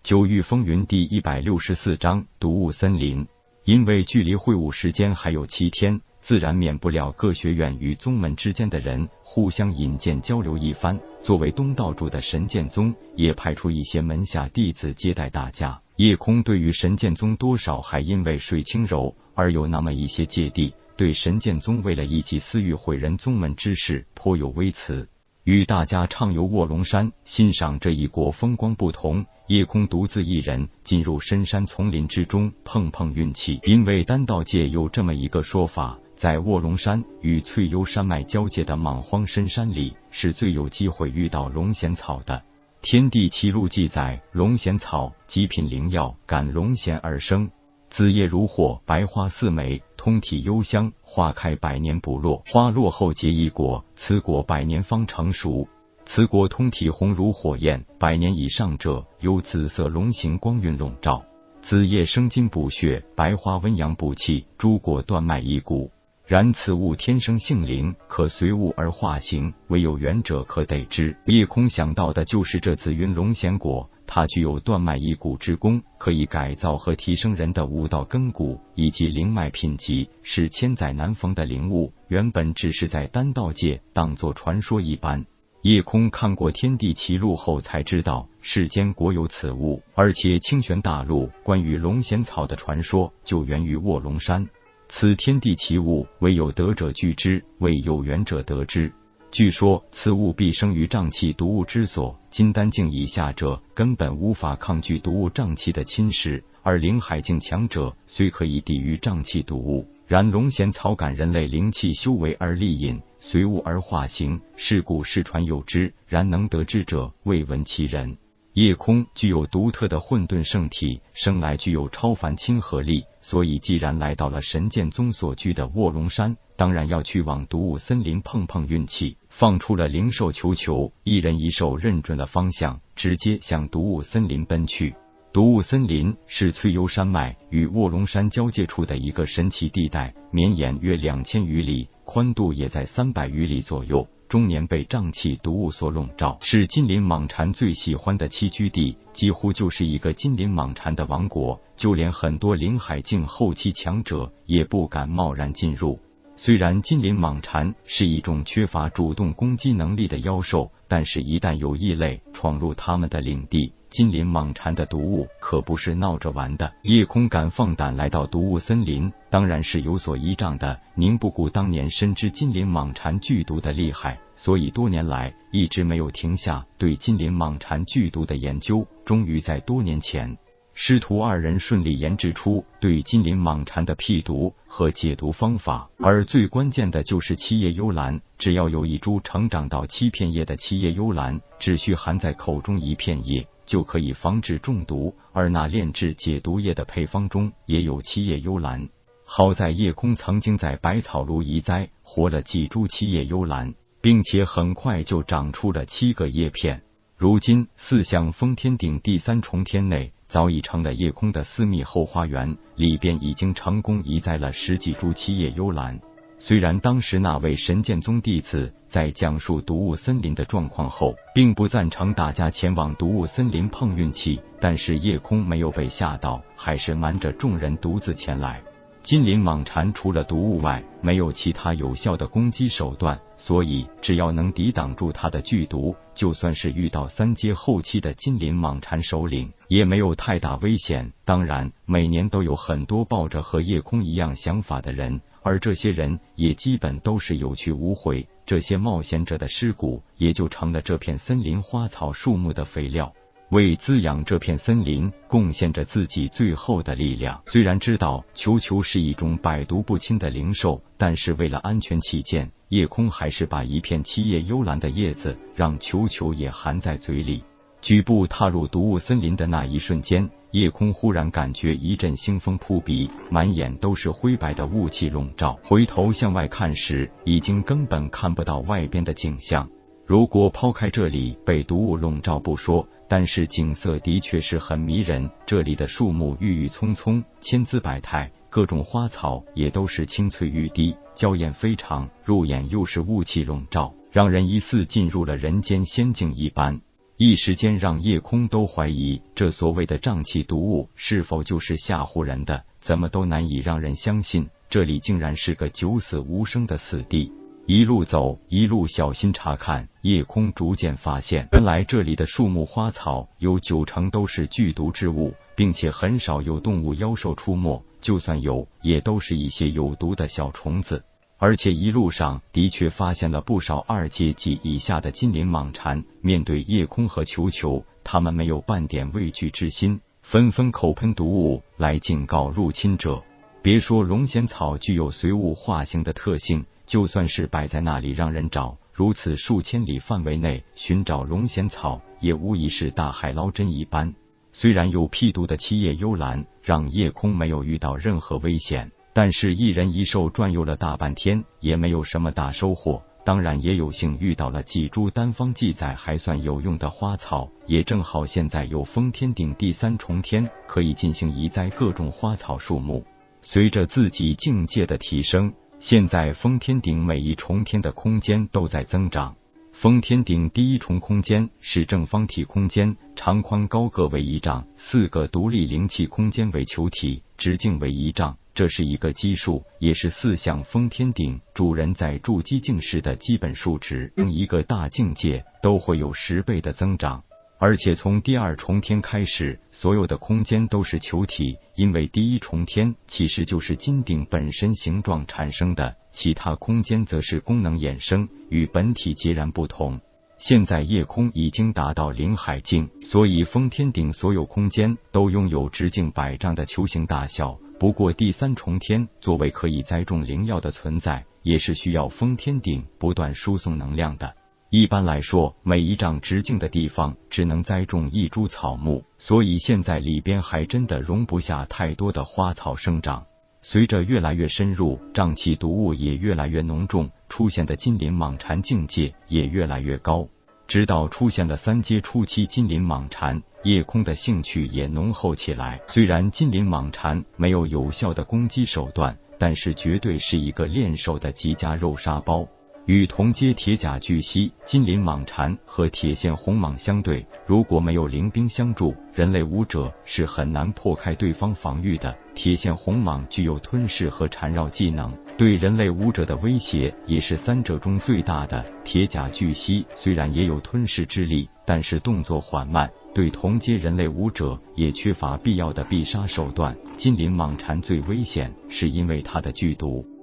九域风云第164章毒雾森林。因为距离会晤时间还有7天，自然免不了各学院与宗门之间的人互相引荐交流一番。作为东道主的神剑宗也派出一些门下弟子接待大家。夜空对于神剑宗多少还因为水清柔而有那么一些芥蒂，对神剑宗为了一己私欲毁人宗门之事颇有微词。与大家畅游卧龙山，欣赏这一国风光不同，夜空独自一人进入深山丛林之中碰碰运气。因为丹道界有这么一个说法，在卧龙山与翠幽山脉交界的莽荒深山里，是最有机会遇到龙涎草的。天地奇录记载，龙涎草极品灵药，感龙涎而生，紫叶如火，白花似梅，通体幽香，花开100年不落，花落后结一果，此果100年方成熟。此果通体红如火焰，100年以上者有紫色龙形光晕笼罩。紫叶生津补血，白花温阳补气，诸果断脉益骨。然此物天生性灵，可随物而化形，唯有缘者可得之。夜空想到的就是这紫云龙涎果，它具有断脉益骨之功，可以改造和提升人的武道根骨以及灵脉品级，是千载难逢的灵物，原本只是在丹道界当作传说一般。夜空看过天地奇录后才知道世间果有此物，而且清玄大陆关于龙涎草的传说就源于卧龙山。此天地奇物，唯有得者居之，未有缘者得之。据说此物必生于瘴气毒物之所，金丹境以下者根本无法抗拒毒物瘴气的侵蚀，而灵海境强者虽可以抵御瘴气毒物，然龙涎草感人类灵气修为而利引，随物而化形，是故世传有之，然能得之者未闻其人。夜空具有独特的混沌圣体，生来具有超凡亲和力，所以既然来到了神剑宗所居的卧龙山，当然要去往毒雾森林碰碰运气。放出了灵兽球球，一人一兽认准了方向，直接向毒雾森林奔去。毒雾森林是翠幽山脉与卧龙山交界处的一个神奇地带，绵延约2000余里，宽度也在300余里左右，终年被瘴气毒雾所笼罩，是金鳞蟒蝉最喜欢的栖居地，几乎就是一个金鳞蟒蝉的王国，就连很多灵海境后期强者也不敢贸然进入。虽然金鳞蟒蝉是一种缺乏主动攻击能力的妖兽，但是一旦有异类闯入他们的领地，金鳞蟒蝉的毒物可不是闹着玩的。夜空敢放胆来到毒雾森林，当然是有所依仗的。宁不顾当年深知金鳞蟒蝉剧毒的厉害，所以多年来一直没有停下对金鳞蟒蝉剧毒的研究，终于在多年前，师徒2人顺利研制出对金鳞蟒蝉的辟毒和解毒方法，而最关键的就是七叶幽兰。只要有一株成长到7片叶的七叶幽兰，只需含在口中1片叶，就可以防止中毒，而那炼制解毒液的配方中也有七叶幽兰。好在夜空曾经在百草炉移栽活了几株七叶幽兰，并且很快就长出了7个叶片。如今4象封天顶第3重天内早已成了夜空的私密后花园，里边已经成功移栽了10几株七叶幽兰。虽然当时那位神剑宗弟子在讲述毒雾森林的状况后，并不赞成大家前往毒雾森林碰运气，但是夜空没有被吓到，还是瞒着众人独自前来。金鳞蟒蝉除了毒物外，没有其他有效的攻击手段，所以只要能抵挡住它的剧毒，就算是遇到3阶后期的金鳞蟒蝉首领，也没有太大危险。当然，每年都有很多抱着和夜空一样想法的人，而这些人也基本都是有去无回，这些冒险者的尸骨也就成了这片森林花草树木的肥料，为滋养这片森林贡献着自己最后的力量。虽然知道球球是一种百毒不侵的灵兽，但是为了安全起见，夜空还是把1片七叶幽兰的叶子让球球也含在嘴里。举步踏入毒雾森林的那一瞬间，夜空忽然感觉一阵腥风扑鼻，满眼都是灰白的雾气笼罩，回头向外看时，已经根本看不到外边的景象。如果抛开这里被毒雾笼罩不说，但是景色的确是很迷人。这里的树木郁郁葱葱，千姿百态，各种花草也都是青翠欲滴，娇艳非常，入眼又是雾气笼罩，让人疑似进入了人间仙境一般。 一时间让叶空都怀疑这所谓的瘴气毒物是否就是吓唬人的，怎么都难以让人相信这里竟然是个九死无生的死地。一路走，一路小心查看，叶空逐渐发现，原来这里的树木花草有90%都是剧毒之物，并且很少有动物妖兽出没，就算有，也都是一些有毒的小虫子。而且一路上的确发现了不少2阶级以下的金鳞蟒蝉，面对叶空和球球，他们没有半点畏惧之心，纷纷口喷毒物来警告入侵者。别说龙涎草具有随物化形的特性，就算是摆在那里让人找，如此数千里范围内寻找龙涎草，也无疑是大海捞针一般。虽然有屁毒的七叶幽兰让叶空没有遇到任何危险，但是一人一兽转悠了大半天，也没有什么大收获。当然也有幸遇到了几株单方记载还算有用的花草，也正好现在有封天顶第3重天，可以进行移栽各种花草树木。随着自己境界的提升，现在封天顶每一重天的空间都在增长。封天顶第1重空间是正方体空间，长宽高各为1丈，4个独立灵气空间为球体，直径为1丈，这是一个基数，也是4项封天顶主人在筑基境时的基本数值。一个大境界都会有10倍的增长。而且从第2重天开始，所有的空间都是球体，因为第1重天其实就是金顶本身形状产生的，其他空间则是功能衍生，与本体截然不同。现在夜空已经达到灵海境，所以封天顶所有空间都拥有直径100丈的球形大小。不过第3重天作为可以栽种灵药的存在，也是需要封天顶不断输送能量的。一般来说，每1丈直径的地方只能栽种1株草木，所以现在里边还真的容不下太多的花草生长。随着越来越深入，瘴气毒物也越来越浓重，出现的金鳞蟒蝉境界也越来越高。直到出现了3阶初期金鳞蟒蝉，夜空的兴趣也浓厚起来。虽然金鳞蟒蝉没有有效的攻击手段，但是绝对是一个练手的极佳肉沙包。与同阶铁甲巨蜥、金鳞蟒蝉和铁线红蟒相对，如果没有灵兵相助，人类武者是很难破开对方防御的。铁线红蟒具有吞噬和缠绕技能，对人类武者的威胁也是3者中最大的。铁甲巨蜥虽然也有吞噬之力，但是动作缓慢，对同阶人类武者也缺乏必要的必杀手段。金鳞蟒蝉最危险，是因为它的剧毒。